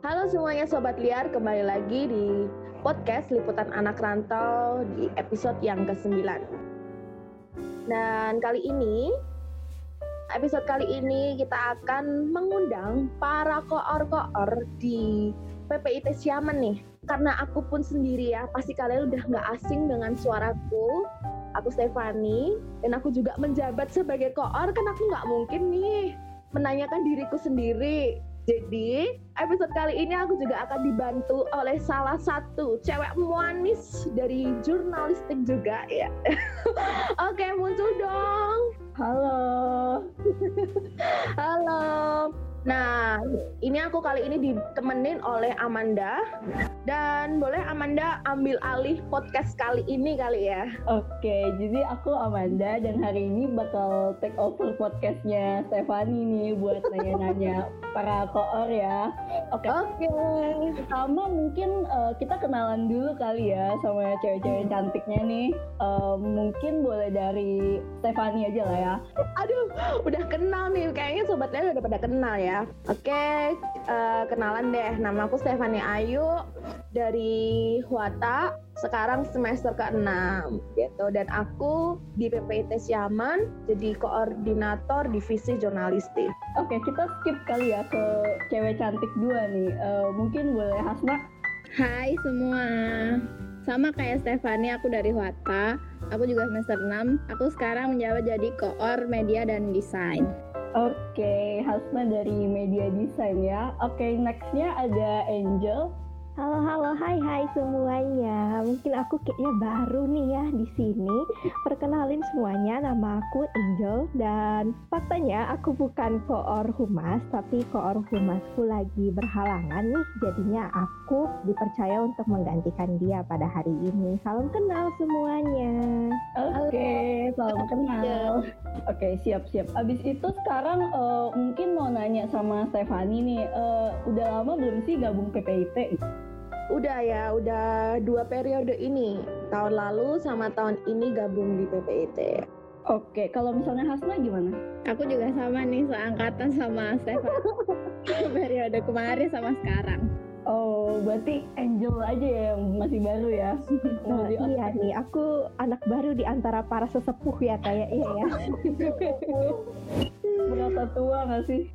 Halo semuanya Sobat Liar, kembali lagi di podcast Liputan Anak Rantau di episode yang ke-9. Dan episode kali ini kita akan mengundang para koor-koor di PPIT Siamen nih. Karena aku pun sendiri ya, pasti kalian udah gak asing dengan suaraku. Aku Stefani, dan aku juga menjabat sebagai koor, kan aku gak mungkin nih menanyakan diriku sendiri. Jadi, episode kali ini aku juga akan dibantu oleh salah satu cewek manis dari jurnalistik juga ya. Oke, muncul dong. Halo. Halo. Nah, ini aku kali ini ditemenin oleh Amanda. Dan boleh Amanda ambil alih podcast kali ini kali ya. Oke, jadi aku Amanda dan hari ini bakal take over podcastnya Stefani nih buat nanya-nanya para koor ya. Oke. Pertama mungkin kita kenalan dulu kali ya sama cewek-cewek cantiknya nih. Mungkin boleh dari Stefani aja lah ya. Aduh, udah kenal nih. Kayaknya sobatnya udah pada kenal ya. Oke, kenalan deh. Nama aku Stefani Ayu dari Huata. Sekarang semester ke-6 gitu. Dan aku di PPIT Siamen jadi koordinator divisi jurnalistik. Oke, kita skip kali ya ke cewek cantik dua nih. Mungkin boleh Hasna. Hai semua. Sama kayak Stefani, aku dari Huata. Aku juga semester 6. Aku sekarang menjabat jadi koor media dan desain. Oke, Hasna dari media desain ya. Oke, nextnya ada Angel. Halo, hai semuanya. Mungkin aku kayaknya baru nih ya di sini. Perkenalin semuanya, nama aku Angel dan faktanya aku bukan koor humas, tapi koor humasku lagi berhalangan nih. Jadinya aku dipercaya untuk menggantikan dia pada hari ini. Salam kenal semuanya. Oke, salam kenal. Oke, siap. Abis itu sekarang mungkin mau nanya sama Stefani nih. Udah lama belum sih gabung PPIT? Udah 2 periode ini. Tahun lalu sama tahun ini gabung di PPIT. Oke, kalau misalnya Hasna gimana? Aku juga sama nih, seangkatan sama Stefan. Periode kemarin sama sekarang. Oh, berarti Angel aja ya yang masih baru ya? Iya nih, aku anak baru di antara para sesepuh ya kayaknya ya. Merasa tua gak sih?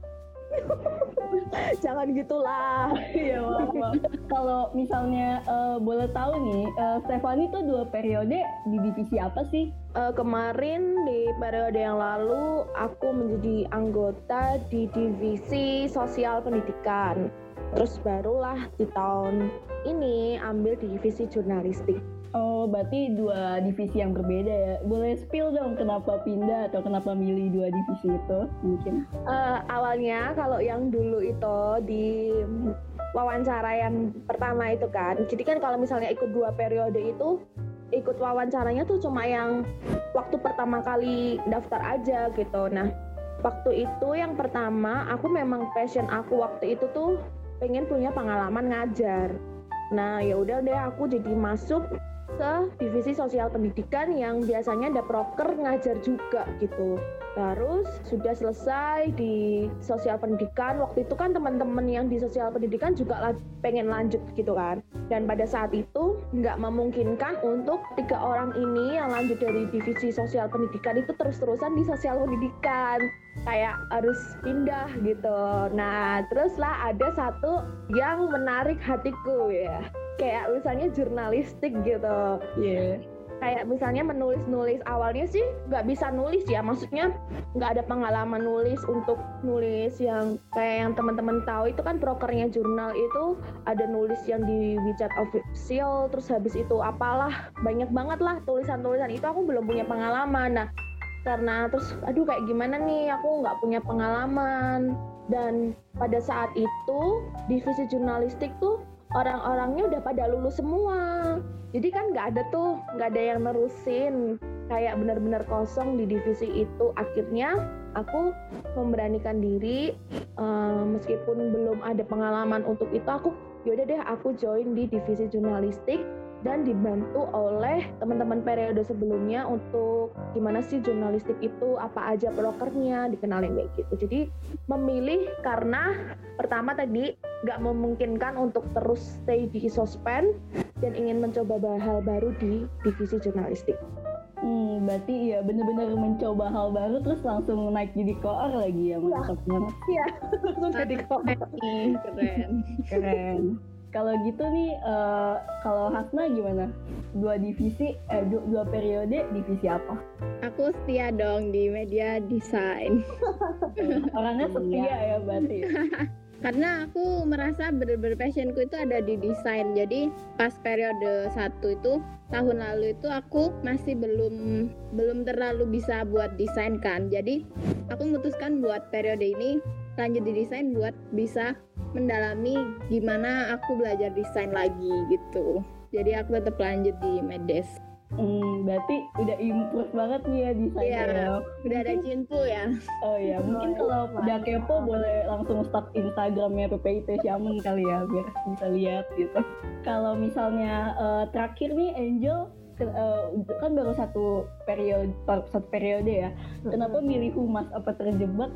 Jangan gitulah. Iya, maaf. Kalau misalnya boleh tahu nih, Stefani tuh 2 periode di divisi apa sih? Kemarin di periode yang lalu aku menjadi anggota di divisi sosial pendidikan. Terus barulah di tahun ini ambil di divisi jurnalistik. Oh, berarti 2 divisi yang berbeda ya. Boleh spill dong kenapa pindah atau kenapa milih 2 divisi itu mungkin? Awalnya kalau yang dulu itu di wawancara yang pertama itu kan. Jadi kan kalau misalnya ikut 2 periode itu, ikut wawancaranya tuh cuma yang waktu pertama kali daftar aja gitu. Nah, waktu itu yang pertama aku memang passion aku waktu itu tuh pengen punya pengalaman ngajar. Nah, ya udah deh aku jadi masuk ke divisi sosial pendidikan yang biasanya ada proker ngajar juga gitu. Terus sudah selesai di sosial pendidikan, waktu itu kan teman-teman yang di sosial pendidikan juga pengen lanjut gitu kan. Dan pada saat itu nggak memungkinkan untuk 3 orang ini yang lanjut dari divisi sosial pendidikan itu terus-terusan di sosial pendidikan. Kayak harus pindah gitu. Nah, teruslah ada satu yang menarik hatiku ya. Kayak misalnya jurnalistik gitu. Iya. Kayak misalnya menulis-nulis, awalnya sih nggak bisa nulis ya, maksudnya nggak ada pengalaman nulis untuk nulis yang kayak yang teman-teman tahu itu kan prokernya jurnal itu ada nulis yang di WeChat official, terus habis itu apalah banyak banget lah tulisan-tulisan itu aku belum punya pengalaman. Nah, karena terus aduh kayak gimana nih aku nggak punya pengalaman, dan pada saat itu divisi jurnalistik tuh orang-orangnya udah pada lulus semua, jadi kan nggak ada yang nerusin, kayak benar-benar kosong di divisi itu. Akhirnya aku memberanikan diri, meskipun belum ada pengalaman untuk itu, yaudah deh aku join di divisi jurnalistik dan dibantu oleh teman-teman periode sebelumnya untuk gimana sih jurnalistik itu, apa aja prokernya, dikenalin kayak gitu. Jadi memilih karena pertama tadi nggak memungkinkan untuk terus stay di sospen dan ingin mencoba hal baru di divisi jurnalistik. Berarti ya benar-benar mencoba hal baru terus langsung naik jadi koor lagi ya, mantap banget. Iya, langsung jadi koor. Keren. Kalau gitu nih, kalau Hasna gimana? Dua periode divisi apa? Aku setia dong di media desain. Orangnya setia ya berarti. Karena aku merasa bener-bener passionku itu ada di desain. Jadi pas periode 1 itu tahun lalu itu aku masih belum terlalu bisa buat desain kan. Jadi aku memutuskan buat periode ini lanjut di desain buat bisa mendalami gimana aku belajar desain lagi gitu. Jadi aku tetap lanjut di Medes. Berarti udah improve banget nih ya desainnya. Iya, udah ada cintu ya. Oh iya, mungkin kalau udah kepo boleh langsung start Instagramnya PPIT Xiamen kali ya, biar bisa lihat gitu. Kalau misalnya terakhir nih Angel, kan baru satu periode ya. Kenapa milih humas? Apa terjebak?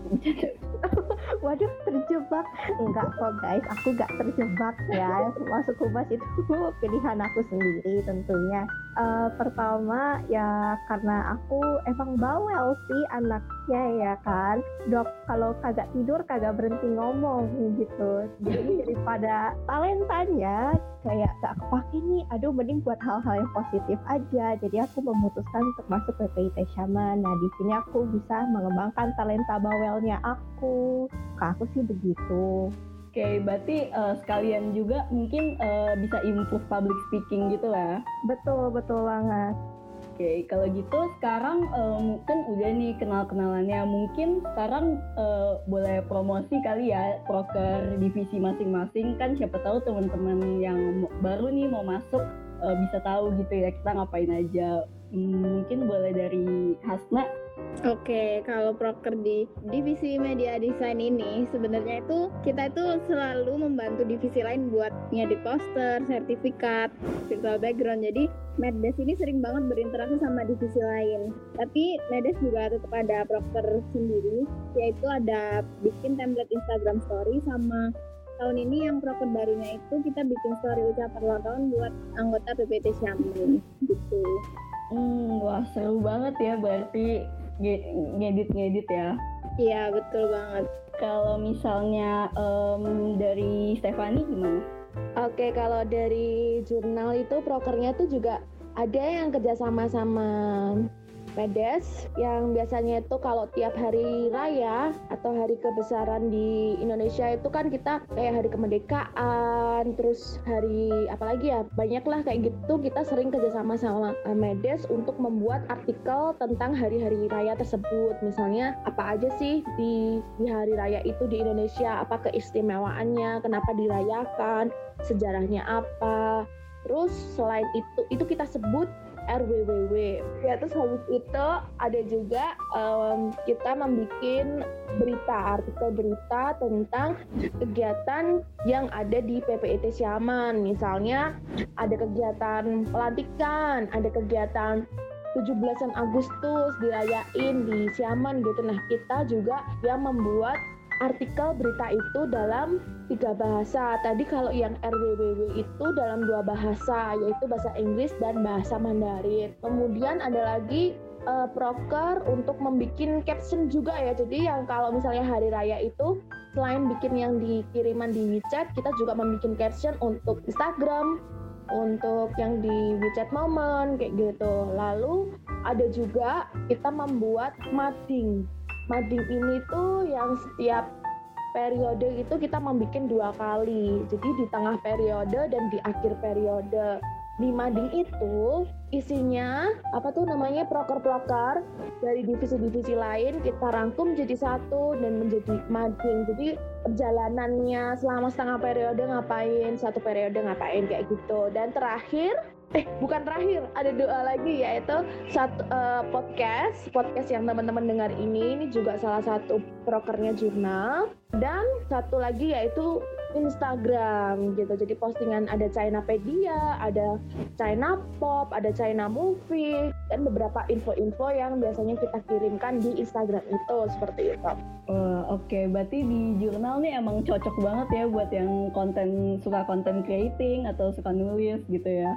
Waduh, terjebak. Enggak kok guys, aku gak terjebak ya. Masuk humas itu pilihan aku sendiri tentunya. Pertama ya karena aku emang bawel sih anaknya ya kan. Dok, kalau kagak tidur kagak berhenti ngomong gitu. Jadi daripada talentanya kayak gak kepake nih, aduh mending buat hal-hal yang positif aja. Jadi aku memutuskan untuk masuk PPIT Xiamen. Nah di sini aku bisa mengembangkan talenta bawelnya aku. Aku sih begitu. Oke, berarti sekalian juga mungkin bisa improve public speaking gitu lah. Betul banget. Oke, kalau gitu sekarang mungkin udah nih kenal-kenalannya. Mungkin sekarang boleh promosi kali ya proker divisi masing-masing. Kan siapa tahu teman-teman yang baru nih mau masuk bisa tahu gitu ya kita ngapain aja. Mungkin boleh dari Hasna. Oke, kalau proker di divisi media desain ini sebenarnya itu kita itu selalu membantu divisi lain buat ngedit poster, sertifikat, virtual background. Jadi Medes ini sering banget berinteraksi sama divisi lain. Tapi Medes juga tetap ada proker sendiri, yaitu ada bikin template Instagram story, sama tahun ini yang proker barunya itu kita bikin story ucapan ulang tahun buat anggota PPIT Xiamen gitu. Wah seru banget ya, berarti ngedit ya. Iya betul banget. Kalau misalnya dari Stefani gimana? Oke, kalau dari jurnal itu prokernya tuh juga ada yang kerjasama sama Medes yang biasanya itu kalau tiap hari raya atau hari kebesaran di Indonesia itu kan kita kayak hari kemerdekaan, terus hari apalagi ya, banyak lah kayak gitu. Kita sering kerjasama sama Medes untuk membuat artikel tentang hari-hari raya tersebut. Misalnya apa aja sih di hari raya itu di Indonesia, apa keistimewaannya, kenapa dirayakan, sejarahnya apa. Terus selain itu kita sebut RWWW. Ya, terus habis itu ada juga kita membuat artikel berita tentang kegiatan yang ada di PPIT Xiamen. Misalnya ada kegiatan pelantikan, ada kegiatan 17 Agustus dirayain di Xiamen gitu. Nah, kita juga yang membuat artikel berita itu dalam 3 bahasa. Tadi kalau yang RWWW itu dalam 2 bahasa, yaitu bahasa Inggris dan bahasa Mandarin. Kemudian ada lagi proker untuk membuat caption juga ya. Jadi yang kalau misalnya hari raya itu selain bikin yang dikiriman di WeChat, kita juga membuat caption untuk Instagram, untuk yang di WeChat Moment kayak gitu. Lalu ada juga kita membuat mading. Mading ini tuh yang setiap periode itu kita membuat 2 kali. Jadi di tengah periode dan di akhir periode. Di mading itu isinya proker-proker dari divisi-divisi lain kita rangkum jadi satu dan menjadi mading. Jadi perjalanannya selama setengah periode ngapain, satu periode ngapain kayak gitu. Dan bukan terakhir, ada 2 lagi, yaitu satu podcast yang teman-teman dengar ini juga salah satu prokernya jurnal, dan satu lagi yaitu Instagram gitu. Jadi postingan ada Chinapedia, ada China Pop, ada China Movie, dan beberapa info-info yang biasanya kita kirimkan di Instagram itu seperti itu. Oke, berarti di jurnal nih emang cocok banget ya buat yang suka content creating atau suka nulis gitu ya.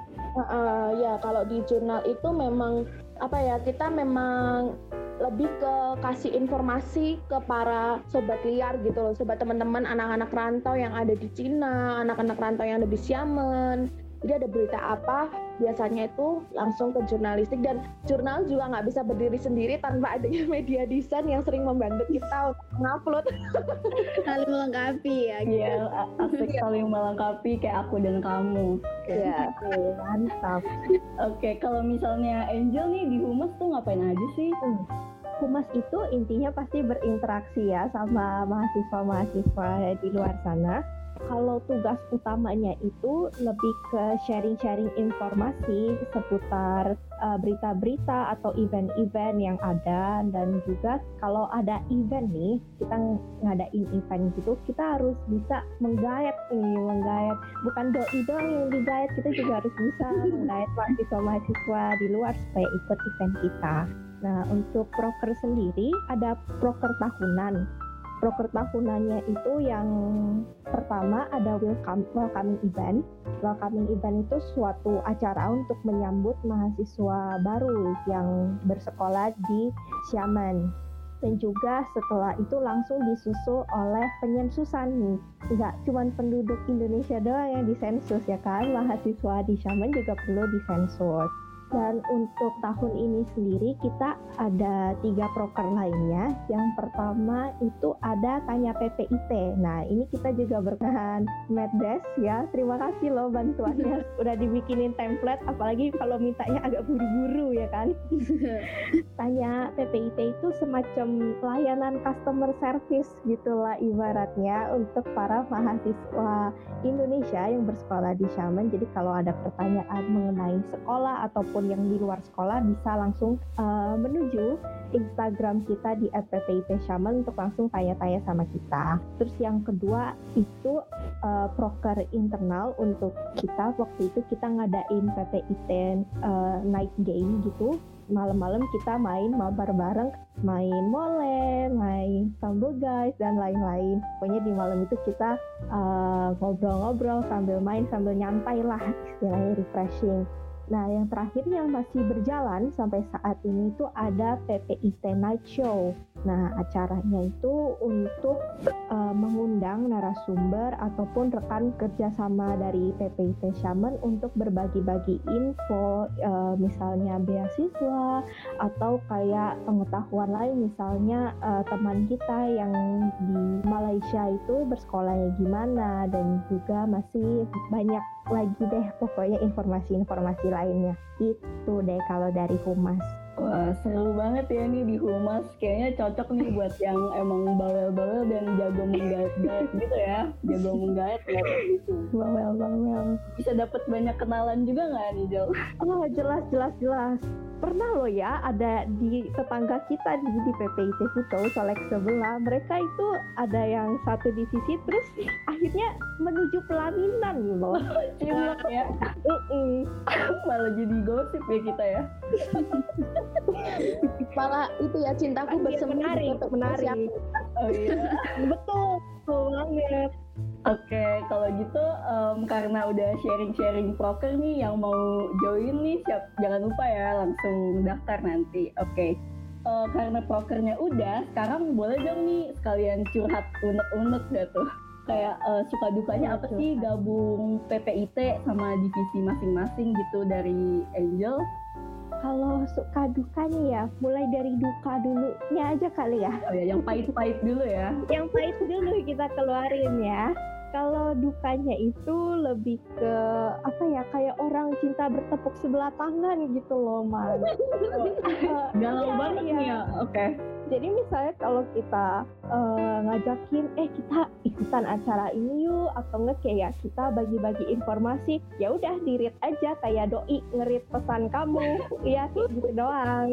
Ya kalau di jurnal itu memang kita memang lebih ke kasih informasi ke para sobat liar gitu loh, sobat teman-teman anak-anak rantau yang ada di Cina, anak-anak rantau yang ada di Xiamen. Jadi ada berita apa, biasanya itu langsung ke jurnalistik, dan jurnal juga nggak bisa berdiri sendiri tanpa adanya media desain yang sering membantu kita untuk mengupload. Saling melengkapi ya. Iya, asik saling melengkapi kayak aku dan kamu. Ya, Mantap. Oke, kalau misalnya Angel nih di Humas tuh ngapain aja sih? Humas itu intinya pasti berinteraksi ya sama mahasiswa-mahasiswa di luar sana. Kalau tugas utamanya itu lebih ke sharing-sharing informasi seputar berita-berita atau event-event yang ada, dan juga kalau ada event nih, kita ngadain event gitu, kita harus bisa menggayat, bukan doi doang yang digayat, kita juga harus bisa menggayat mahasiswa-mahasiswa di luar supaya ikut event kita. Nah, untuk proker sendiri ada proker tahunan. Proker tahunannya itu yang pertama ada welcoming event. Welcoming event itu suatu acara untuk menyambut mahasiswa baru yang bersekolah di Xiamen. Dan juga setelah itu langsung disusul oleh penyensusan nih. Nggak cuma penduduk Indonesia doang yang disensus ya kan, mahasiswa di Xiamen juga perlu disensus. Dan untuk tahun ini sendiri kita ada 3 proker lainnya. Yang pertama itu ada Tanya PPIT. Nah ini kita juga berkenan Meddes ya. Terima kasih loh bantuannya. Udah dibikinin template, apalagi kalau mintanya agak buru-buru ya kan. Tanya PPIT itu semacam layanan customer service gitulah ibaratnya untuk para mahasiswa Indonesia yang bersekolah di Xiamen. Jadi kalau ada pertanyaan mengenai sekolah ataupun yang di luar sekolah bisa langsung menuju Instagram kita di @ppip Xiamen untuk langsung tanya-tanya sama kita. Terus yang kedua itu proker internal untuk kita. Waktu itu kita ngadain PPIT night game gitu. Malam-malam kita main mabar bareng, main mole, main Stumble Guys, dan lain-lain. Pokoknya di malam itu kita ngobrol-ngobrol sambil main, sambil nyantai lah, istilahnya refreshing. Nah, yang terakhir yang masih berjalan sampai saat ini itu ada PPIT Night Show. Nah, acaranya itu untuk mengundang narasumber ataupun rekan kerjasama dari PPIT Xiamen untuk berbagi-bagi info, misalnya beasiswa atau kayak pengetahuan lain, misalnya teman kita yang di Malaysia itu bersekolahnya gimana, dan juga masih banyak lagi deh pokoknya informasi-informasi lainnya. Itu deh kalau dari Humas. Wah, seru banget ya nih di Humas. Kayaknya cocok nih buat yang emang bawel-bawel dan jago menggait-gait gitu ya. Jago menggait gitu. Bawel. Bisa dapat banyak kenalan juga nggak nih, Jo? Oh, jelas. Pernah loh ya, ada di tetangga kita di PPIT itu, Solek sebelah. Mereka itu ada yang satu divisi, terus akhirnya menuju pelaminan loh. Ciumlak ya. Malah jadi gosip ya kita ya. Malah itu ya, cintaku bersemi menarik. Oh iya. Betul banget. Oke, kalau gitu karena udah sharing-sharing proker nih, yang mau join nih jangan lupa ya langsung daftar nanti. Oke. Karena prokernya udah, sekarang boleh dong nih sekalian curhat unek-unek gak tuh? Kayak suka dukanya apa sih gabung PPIT sama divisi masing-masing gitu dari Angel? Kalau suka dukanya ya, mulai dari duka dulunya aja kali ya. Oh ya, yang pahit-pahit dulu ya. Yang pahit dulu kita keluarin ya. Kalau dukanya itu lebih ke apa ya, kayak orang cinta bertepuk sebelah tangan gitu loh, Man. Galau banget nih ya. Oke. Jadi misalnya kalau kita ngajakin, kita ikutan acara ini yuk, atau enggak kayak kita bagi-bagi informasi, ya udah di-read aja kayak doi nge-read pesan kamu, ya gitu doang.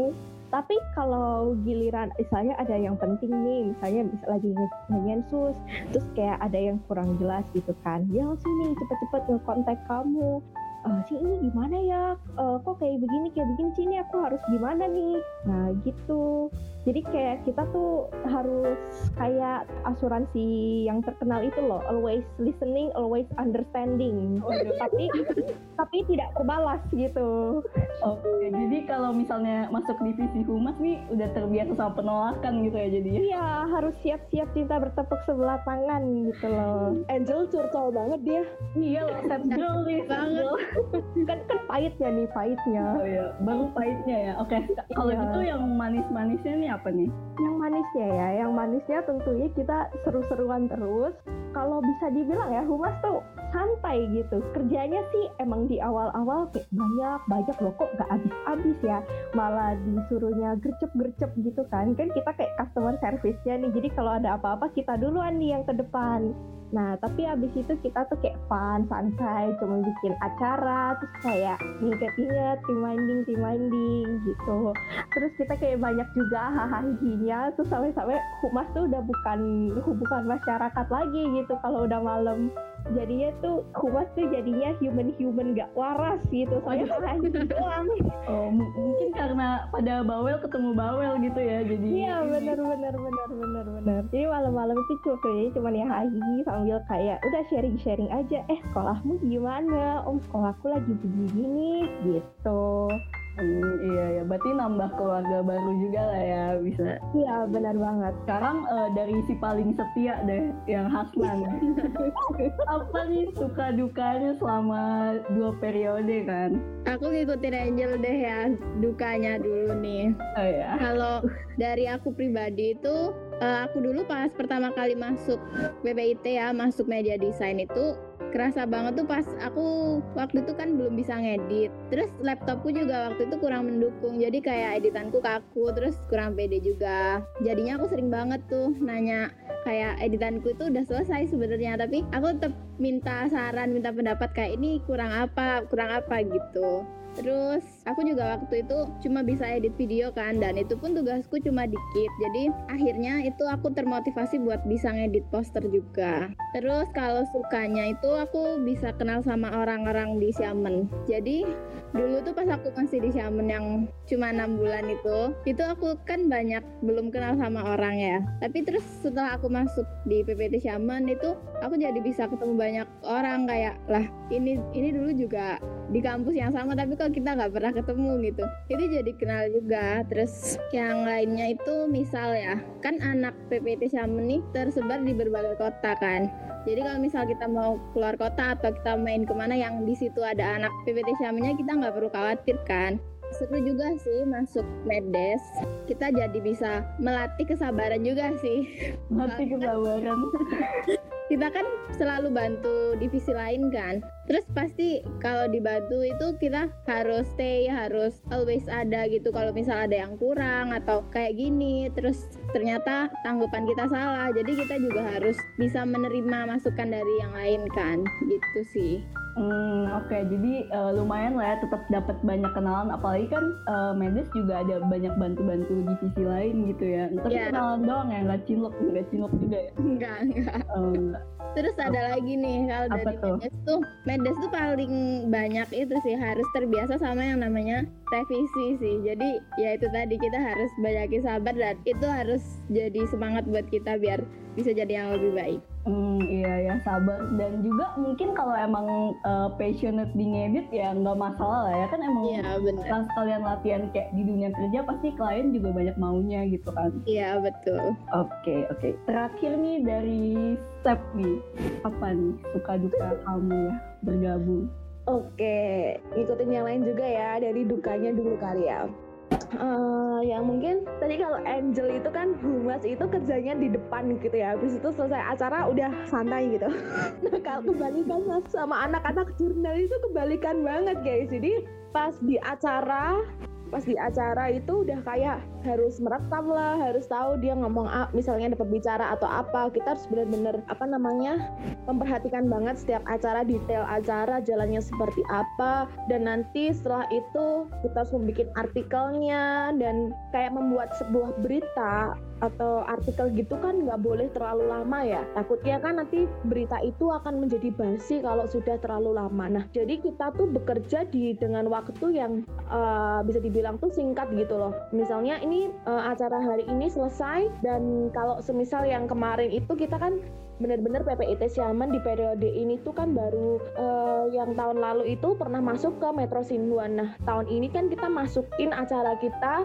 Tapi kalau giliran misalnya ada yang penting nih, misalnya bisa lagi nyanyian sus, terus kayak ada yang kurang jelas gitu kan, dia langsung nih cepet-cepet nge-kontak kamu. Sih ini gimana ya, kok kayak begini sih, ini aku harus gimana nih. Nah gitu, jadi kayak kita tuh harus kayak asuransi yang terkenal itu loh, always listening, always understanding. tapi tidak terbalas gitu. Oke, jadi kalau misalnya masuk divisi humas nih udah terbiasa sama penolakan gitu ya jadinya. Iya, harus siap-siap cinta bertepuk sebelah tangan gitu loh. Angel curcol banget dia. Iya loh, sad girl nih banget. kan pahitnya. Oh iya, baru pahitnya ya. Oke, kalau Iya. gitu yang manis-manisnya nih apa nih? Yang manisnya tentunya kita seru-seruan terus. Kalau bisa dibilang ya, humas tuh santai gitu. Kerjanya sih emang di awal-awal kayak banyak loh, kok gak habis-habis ya. Malah disuruhnya gercep-gercep gitu kan. Kan kita kayak customer service-nya nih. Jadi kalau ada apa-apa kita duluan nih yang ke depan. Nah, tapi abis itu kita tuh kayak fun, santai, cuma bikin acara, terus kayak inget-inget, reminding gitu. Terus kita kayak banyak juga hahaha-nya, terus sampai-sampai humas tuh udah bukan masyarakat lagi gitu kalau udah malam. Jadinya tuh humas tuh jadinya human gak waras gitu, soalnya hahaha doang. Oh, mungkin karena pada bawel ketemu bawel gitu ya, jadi. Iya, benar. Jadi malam-malam itu cuma ya hahi sambil kayak udah sharing aja. Sekolahmu gimana? Om, sekolahku lagi begini nih gitu. Iya ya, berarti nambah keluarga baru juga lah ya, bisa. Iya, benar banget. Sekarang dari si paling setia deh, yang Hasnan. Apa nih suka dukanya selama 2 periode kan? Aku ngikutin Angel deh ya, dukanya dulu nih. Oh ya. Kalau dari aku pribadi itu, aku dulu pas pertama kali masuk PPIT ya, masuk media design itu kerasa banget tuh pas aku waktu itu kan belum bisa ngedit. Terus laptopku juga waktu itu kurang mendukung, jadi kayak editanku kaku, terus kurang pede juga. Jadinya aku sering banget tuh nanya kayak editanku itu udah selesai sebenarnya, tapi aku tetap minta saran, minta pendapat kayak ini kurang apa gitu. Terus aku juga waktu itu cuma bisa edit video kan, dan itu pun tugasku cuma dikit. Jadi akhirnya itu aku termotivasi buat bisa ngedit poster juga. Terus kalau sukanya itu aku bisa kenal sama orang-orang di Xiamen. Jadi dulu tuh pas aku masih di Xiamen yang cuma 6 bulan itu aku kan belum kenal sama orang ya. Tapi terus setelah aku masuk di PPT Xiamen itu aku jadi bisa ketemu banyak orang, kayak lah ini dulu juga di kampus yang sama tapi kok kita nggak pernah ketemu gitu. Itu jadi kenal juga. Terus yang lainnya itu misal ya, kan anak PPT Xiamen nih tersebar di berbagai kota kan. Jadi kalau misal kita mau keluar kota atau kita main kemana yang di situ ada anak PPT Xiamennya, kita nggak perlu khawatir kan. Seru juga sih masuk Meddes. Kita jadi bisa melatih kesabaran juga sih. Melatih kesabaran. Kita kan selalu bantu divisi lain kan. Terus pasti kalau dibantu itu kita harus stay, harus always ada gitu. Kalau misal ada yang kurang atau kayak gini, terus ternyata tanggapan kita salah, jadi kita juga harus bisa menerima masukan dari yang lain kan, gitu sih. Oke, jadi lumayan lah ya, tetap dapat banyak kenalan, apalagi kan Meddes juga ada banyak bantu-bantu divisi lain gitu ya. Tapi kenalan doang ya, nggak cinlok juga ya? Enggak. Terus ada lagi nih, kalau dari Meddes tuh paling banyak itu sih harus terbiasa sama yang namanya revisi sih. Jadi ya itu tadi, kita harus banyakin sabar dan itu harus jadi semangat buat kita biar bisa jadi yang lebih baik. Iya ya, sabar. Dan juga mungkin kalau emang passionate di ngedit ya nggak masalah lah ya, kan emang pas kalian latihan kayak di dunia kerja pasti klien juga banyak maunya gitu kan. Iya betul. Oke. Terakhir nih dari Step nih, apa nih suka duka kamu ya bergabung? Oke, ngikutin yang lain juga ya, dari dukanya dulu kali ya. Yang mungkin tadi kalau Angel itu kan humas itu kerjanya di depan gitu ya, habis itu selesai acara udah santai gitu. Nah kalau kebalikan sama anak-anak jurnal itu kebalikan banget guys. Jadi pas di acara itu udah kayak harus merekam lah, harus tahu dia ngomong misalnya ada pembicara atau apa. Kita harus benar-benar memperhatikan banget setiap acara, detail acara jalannya seperti apa, dan nanti setelah itu kita harus membuat artikelnya dan dan kayak membuat sebuah berita atau artikel gitu kan nggak boleh terlalu lama ya, takutnya kan nanti berita itu akan menjadi basi kalau sudah terlalu lama. Nah jadi kita tuh bekerja dengan waktu yang bisa dibilang tuh singkat gitu loh. Misalnya ini acara hari ini selesai, dan kalau semisal yang kemarin itu kita kan benar-benar PPIT Siaman di periode ini tuh kan baru yang tahun lalu itu pernah masuk ke Metro Sinuan. Nah tahun ini kan kita masukin acara kita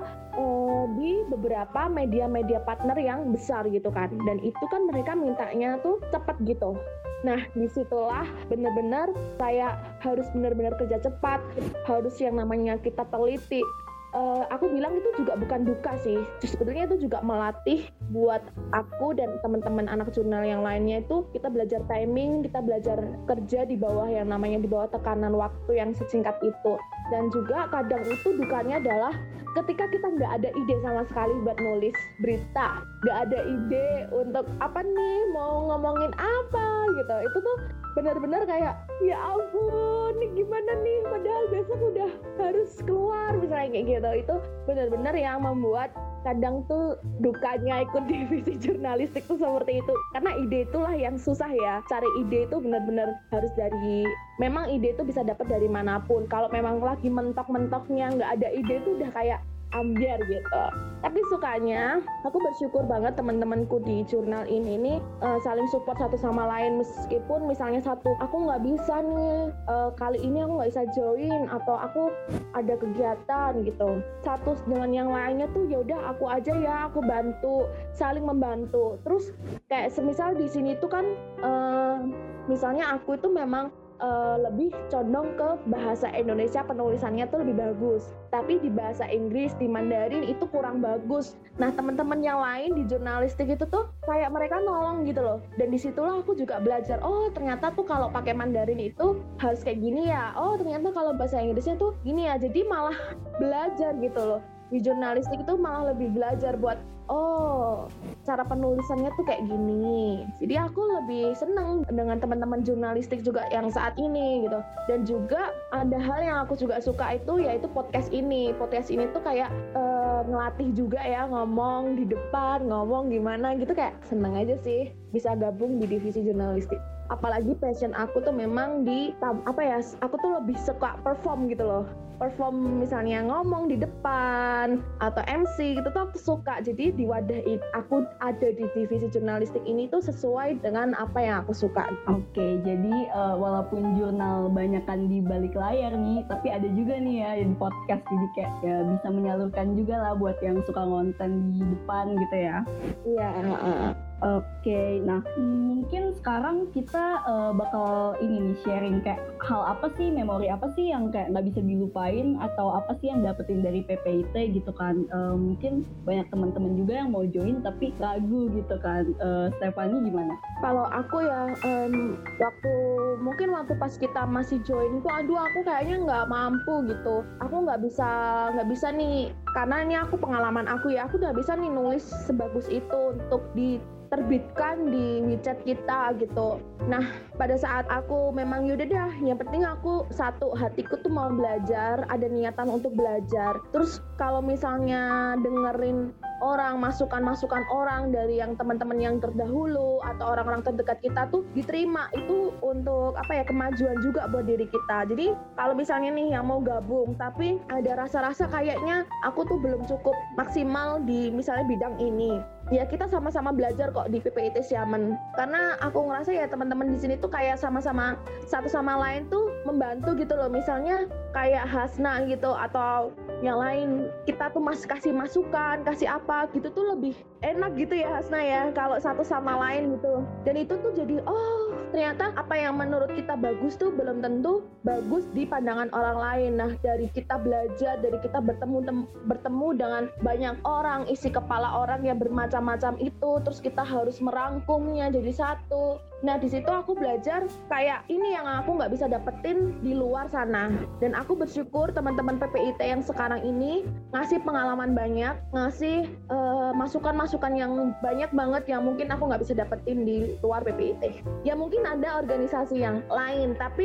di beberapa media-media partner yang besar gitu kan, dan itu kan mereka mintanya tuh cepet gitu. Nah disitulah benar-benar saya harus benar-benar kerja cepat, harus yang namanya kita teliti. Aku bilang itu juga bukan duka sih, sebetulnya itu juga melatih buat aku dan teman-teman anak jurnal yang lainnya. Itu kita belajar timing, kita belajar kerja di bawah yang namanya di bawah tekanan waktu yang sesingkat itu. Dan juga kadang itu dukanya adalah ketika kita nggak ada ide sama sekali buat nulis berita, nggak ada ide untuk apa nih, mau ngomongin apa gitu, itu tuh benar-benar kayak ya ampun nih gimana nih, padahal besok udah harus keluar misalnya kayak gitu. Itu benar-benar yang membuat kadang tuh dukanya ikut divisi jurnalistik tuh seperti itu, karena ide itulah yang susah ya. Cari ide itu benar-benar harus memang ide itu bisa dapat dari manapun. Kalau memang lagi mentok-mentoknya nggak ada ide itu udah kayak ambiar gitu. Tapi sukanya aku bersyukur banget teman-temanku di jurnal ini nih saling support satu sama lain. Meskipun misalnya satu aku nggak bisa nih kali ini aku nggak bisa join atau aku ada kegiatan gitu, satu dengan yang lainnya tuh ya udah aku aja ya, aku bantu, saling membantu. Terus kayak semisal di sini tuh kan misalnya aku itu memang lebih condong ke bahasa Indonesia, penulisannya tuh lebih bagus, tapi di bahasa Inggris, di Mandarin itu kurang bagus. Nah teman-teman yang lain di jurnalistik itu tuh kayak mereka nolong gitu loh, dan disitulah aku juga belajar, oh ternyata tuh kalau pakai Mandarin itu harus kayak gini ya, oh ternyata kalau bahasa Inggrisnya tuh gini ya. Jadi malah belajar gitu loh. Di jurnalistik itu malah lebih belajar buat oh cara penulisannya tuh kayak gini. Jadi aku lebih seneng dengan teman-teman jurnalistik juga yang saat ini gitu. Dan juga ada hal yang aku juga suka itu yaitu podcast ini. Podcast ini tuh kayak ngelatih juga ya, ngomong di depan, ngomong gimana gitu, kayak seneng aja sih bisa gabung di divisi jurnalistik. Apalagi passion aku tuh memang aku tuh lebih suka perform gitu loh. Perform misalnya ngomong di depan atau MC gitu tuh aku suka. Jadi di wadah aku ada di divisi jurnalistik ini tuh sesuai dengan apa yang aku suka. Oke, jadi walaupun jurnal banyakan di balik layar nih, tapi ada juga nih ya di podcast, jadi kayak ya bisa menyalurkan juga lah buat yang suka ngonten di depan gitu ya. Iya. Oke, nah mungkin sekarang kita bakal ini nih sharing kayak hal apa sih, memori apa sih yang kayak nggak bisa dilupain, atau apa sih yang dapetin dari PPIT gitu kan. Mungkin banyak teman-teman juga yang mau join tapi ragu gitu kan. Stephanie gimana? Kalau aku ya waktu pas kita masih join tuh aku kayaknya nggak mampu gitu. Aku nggak bisa nih, karena ini aku pengalaman aku ya, aku nggak bisa nih nulis sebagus itu untuk diterbitkan di WeChat kita gitu. Nah pada saat aku memang yaudah dah, yang penting aku satu, hatiku tuh mau belajar, ada niatan untuk belajar. Terus kalau misalnya dengerin orang, masukan orang dari yang teman-teman yang terdahulu atau orang-orang terdekat kita tuh diterima, itu untuk kemajuan juga buat diri kita. Jadi kalau misalnya nih yang mau gabung tapi ada rasa-rasa kayaknya aku tuh belum cukup maksimal di misalnya bidang ini, ya kita sama-sama belajar kok di PPIT Siamen. Karena aku ngerasa ya teman-teman di sini tuh kayak sama-sama satu sama lain tuh membantu gitu loh. Misalnya kayak Hasna gitu atau yang lain, kita tuh kasih masukan, kasih apa gitu tuh lebih enak gitu ya Hasna ya, kalau satu sama lain gitu. Dan itu tuh jadi ternyata apa yang menurut kita bagus tuh belum tentu bagus di pandangan orang lain. Nah dari kita belajar, dari kita bertemu dengan banyak orang, isi kepala orang yang bermacam-macam itu, terus kita harus merangkumnya jadi satu. Nah di situ aku belajar kayak ini yang aku nggak bisa dapetin di luar sana. Dan aku bersyukur teman-teman PPIT yang sekarang ini ngasih pengalaman banyak, ngasih masukan-masukan yang banyak banget yang mungkin aku nggak bisa dapetin di luar PPIT. Ya mungkin ada organisasi yang lain, tapi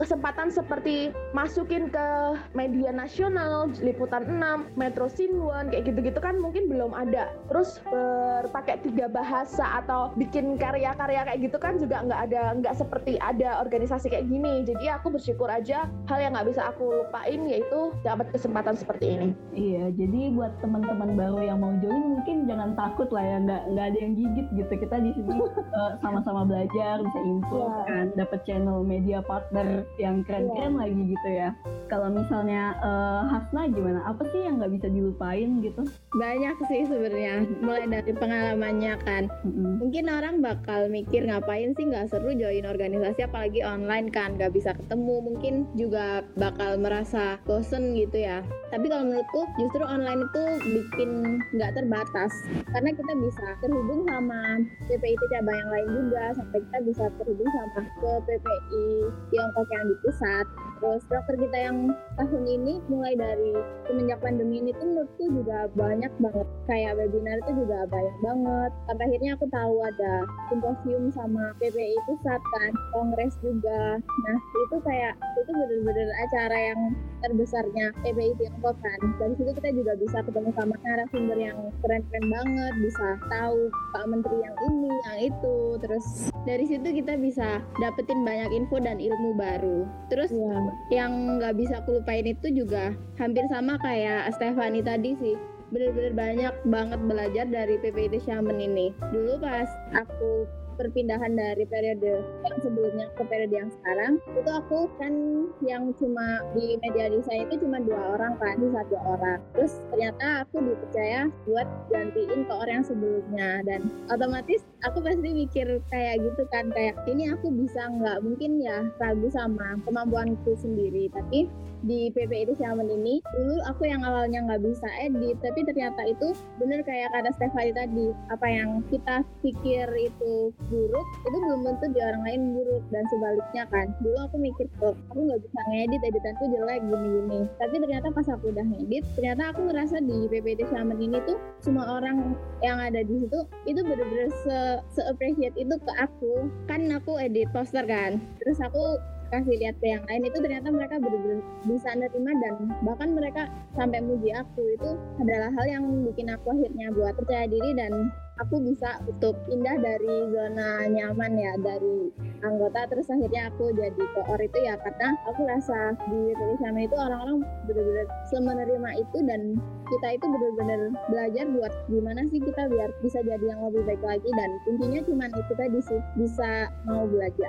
kesempatan seperti masukin ke media nasional, Liputan 6, Metro Sinwon, kayak gitu-gitu kan mungkin belum ada. Terus berpakai 3 bahasa atau bikin karya-karya kayak gitu kan juga nggak seperti ada organisasi kayak gini. Jadi aku bersyukur aja, hal yang nggak bisa aku lupain yaitu dapat kesempatan seperti ini. Iya, jadi buat teman-teman baru yang mau join mungkin jangan takut lah ya, nggak ada yang gigit gitu. Kita di sini sama-sama belajar, bisa improve kan, dapat channel media partner yang keren-keren lagi gitu ya. Kalau misalnya Hasna gimana? Apa sih yang nggak bisa dilupain gitu? Banyak sih sebenarnya, mulai dari pengalamannya kan. Mungkin orang bakal mikir ngapain sih nggak seru join organisasi apalagi online kan, nggak bisa ketemu, mungkin juga bakal merasa bosen gitu ya. Tapi kalau menurutku justru online itu bikin nggak terbatas, karena kita bisa terhubung sama PPIT cabang yang lain juga, sampai kita bisa terhubung sama ke PPI Tiongkok yang di pusat. Terus broker kita yang tahun ini mulai dari semenjak pandemi ini tuh menurutku juga banyak banget, kayak webinar itu juga banyak banget. Sampai akhirnya aku tahu ada simposium sama PPI pusat kan, kongres juga. Nah itu kayak itu bener-bener acara yang terbesarnya PPI Tiongkok kan. Dari situ kita juga bisa ketemu sama narasumber yang keren-keren banget, bisa tahu Pak Menteri yang ini, yang itu. Terus dari situ kita bisa dapetin banyak info dan ilmu baru. Terus yang nggak bisa aku lupain itu juga hampir sama kayak Stefani tadi sih. Bener-bener banyak banget belajar dari PPIT Xiamen ini. Dulu pas aku perpindahan dari periode yang sebelumnya ke periode yang sekarang, itu aku kan yang cuma di media desain itu cuma 2 orang kan, di 1 orang. Terus ternyata aku dipercaya buat gantiin ke orang yang sebelumnya, dan otomatis aku pasti mikir kayak gitu kan, kayak ini aku bisa nggak, mungkin ya ragu sama kemampuanku sendiri. Tapi di PPIT Xiamen ini dulu aku yang awalnya nggak bisa edit, tapi ternyata itu bener kayak kata Stefani tadi, apa yang kita pikir itu buruk itu belum tentu di orang lain buruk, dan sebaliknya kan. Dulu aku mikir kok aku nggak bisa ngedit, editanku jelek gini-gini, tapi ternyata pas aku udah ngedit, ternyata aku ngerasa di PPIT Xiamen ini tuh semua orang yang ada di situ itu bener-bener se-appreciate itu ke aku. Kan aku edit poster kan, terus aku kasih lihat ke yang lain, itu ternyata mereka benar-benar bisa nerima, dan bahkan mereka sampai muji aku. Itu adalah hal yang bikin aku akhirnya buat percaya diri, dan aku bisa untuk pindah dari zona nyaman ya, dari anggota, terus akhirnya aku jadi koor itu ya karena aku rasa di PPIT Xiamen itu orang-orang benar-benar menerima itu, dan kita itu benar-benar belajar buat gimana sih kita biar bisa jadi yang lebih baik lagi, dan kuncinya cuma itu tadi sih, bisa mau belajar.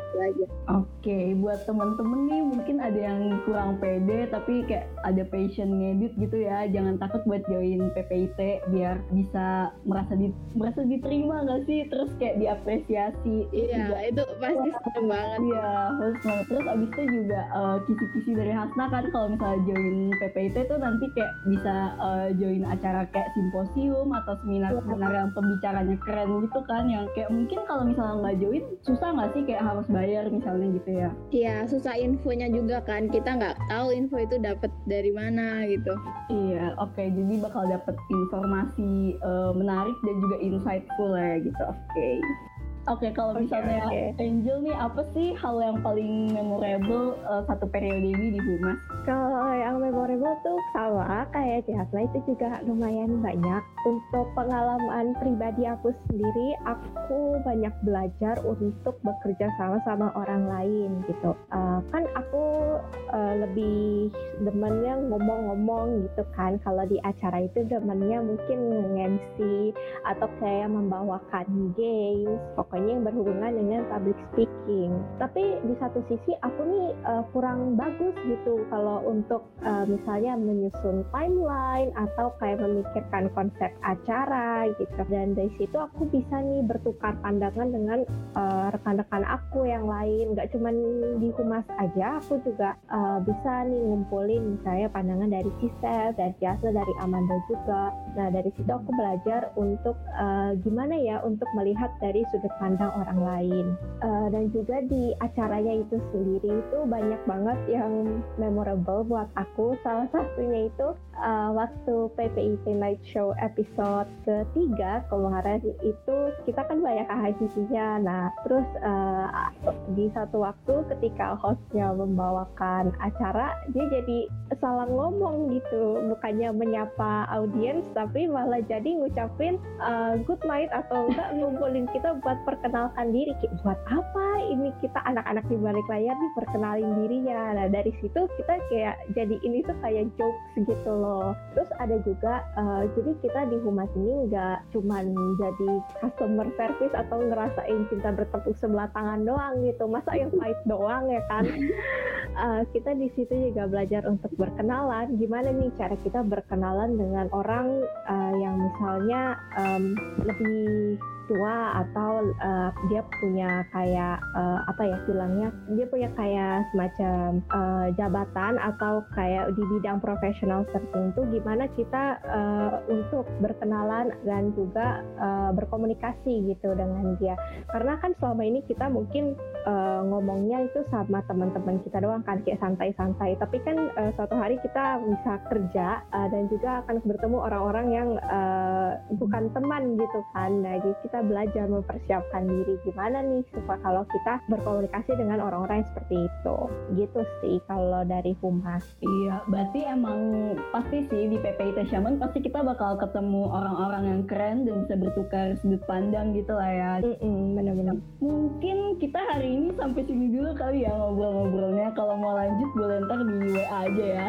Oke, buat temen-temen nih mungkin ada yang kurang pede tapi kayak ada passion ngedit gitu ya, jangan takut buat join PPIT biar bisa merasa diterima nggak sih, terus kayak diapresiasi. Iya, itu pasti seneng banget. Iya, harus banget. Terus abis itu juga kisi-kisi dari Hasna kan, kalau misalnya join PPIT tuh nanti kayak bisa join acara kayak simposium atau seminar-seminar yang pembicaranya keren gitu kan, yang kayak mungkin kalau misalnya nggak join susah nggak sih, kayak harus bayar misalnya gitu ya. Iya, susah infonya juga kan, kita nggak tahu info itu dapat dari mana gitu. Iya, oke, jadi bakal dapet informasi menarik dan juga insightful ya gitu. Oke, kalau misalnya Angel nih, apa sih hal yang paling memorable satu periode ini di Humas? Kalau yang memorable tuh sama kayak Hasna, itu juga lumayan banyak. Untuk pengalaman pribadi aku sendiri, aku banyak belajar untuk bekerja sama orang lain gitu. Kan aku lebih demennya ngomong-ngomong gitu kan. Kalau di acara itu demennya mungkin nge-MC atau kayak membawakan games, pokoknya yang berhubungan dengan public speaking. Tapi di satu sisi aku nih kurang bagus gitu kalau untuk misalnya menyusun timeline atau kayak memikirkan konsep acara gitu. Dan dari situ aku bisa nih bertukar pandangan dengan rekan-rekan aku yang lain. Gak cuma di Humas aja, aku juga bisa nih ngumpulin misalnya pandangan dari Cisel, dari Jasna, dari Amanda juga. Nah dari situ aku belajar untuk gimana ya untuk melihat dari sudut pandang orang lain. Dan juga di acaranya itu sendiri itu banyak banget yang memorable buat aku. Salah satunya itu waktu PPIT Night Show episode ketiga kemarin itu kita kan banyak AHCC-nya. Nah terus di satu waktu ketika hostnya membawakan acara, dia jadi salah ngomong gitu, bukannya menyapa audiens tapi malah jadi ngucapin good night atau enggak ngumpulin kita buat perkenalkan diri. Buat apa ini kita anak-anak di balik layar nih perkenalin dirinya. Nah dari situ kita kayak jadi ini tuh kayak jokes gitu loh. Terus ada juga jadi kita di Humas ini nggak cuman jadi customer service atau ngerasain cinta bertepuk sebelah tangan doang gitu, masa yang pahit doang ya kan. Kita di situ juga belajar untuk berkenalan, gimana nih cara kita berkenalan dengan orang yang misalnya lebih tua atau dia punya kayak apa ya bilangnya, dia punya kayak semacam jabatan atau kayak di bidang profesional tertentu, gimana kita untuk berkenalan dan juga berkomunikasi gitu dengan dia. Karena kan selama ini kita mungkin ngomongnya itu sama teman-teman kita doang kan, kayak santai-santai, tapi kan suatu hari kita bisa kerja dan juga akan bertemu orang-orang yang bukan teman gitu kan. Nah jadi kita belajar mempersiapkan diri gimana nih supaya kalau kita berkomunikasi dengan orang-orang yang seperti itu gitu sih kalau dari Humas. Iya, berarti emang pasti sih di PPIT Shaman pasti kita bakal ketemu orang-orang yang keren dan bisa bertukar sudut pandang gitu lah ya. Benar-benar. Mungkin kita hari ini sampai sini dulu kali ya ngobrol-ngobrolnya. Kalau mau lanjut boleh ntar di WA aja ya.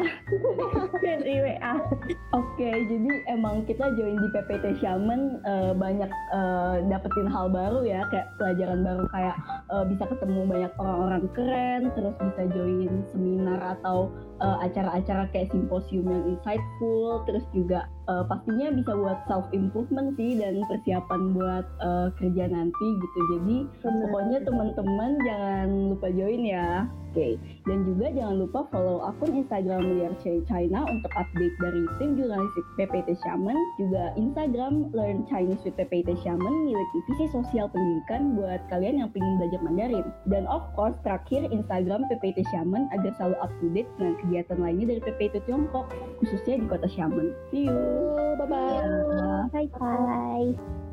Di WA. Oke, jadi emang kita join di PPIT Shaman banyak dapetin hal baru ya, kayak pelajaran baru, kayak bisa ketemu banyak orang-orang keren, terus bisa join seminar atau acara-acara kayak simposium yang insightful, terus juga pastinya bisa buat self improvement sih dan persiapan buat kerja nanti gitu. Jadi pokoknya teman-teman jangan lupa join ya. Oke. Dan juga jangan lupa follow akun Instagram Liar China untuk update dari tim jurnalistik PPIT Shaman, juga Instagram Learn Chinese with PPIT Shaman milik divisi sosial pendidikan buat kalian yang pengen belajar Mandarin. Dan of course terakhir Instagram PPIT Shaman agar selalu up to date dengan kegiatan lainnya dari PPIT Tiongkok, khususnya di kota Shaman. See you. Bye-bye. Bye-bye.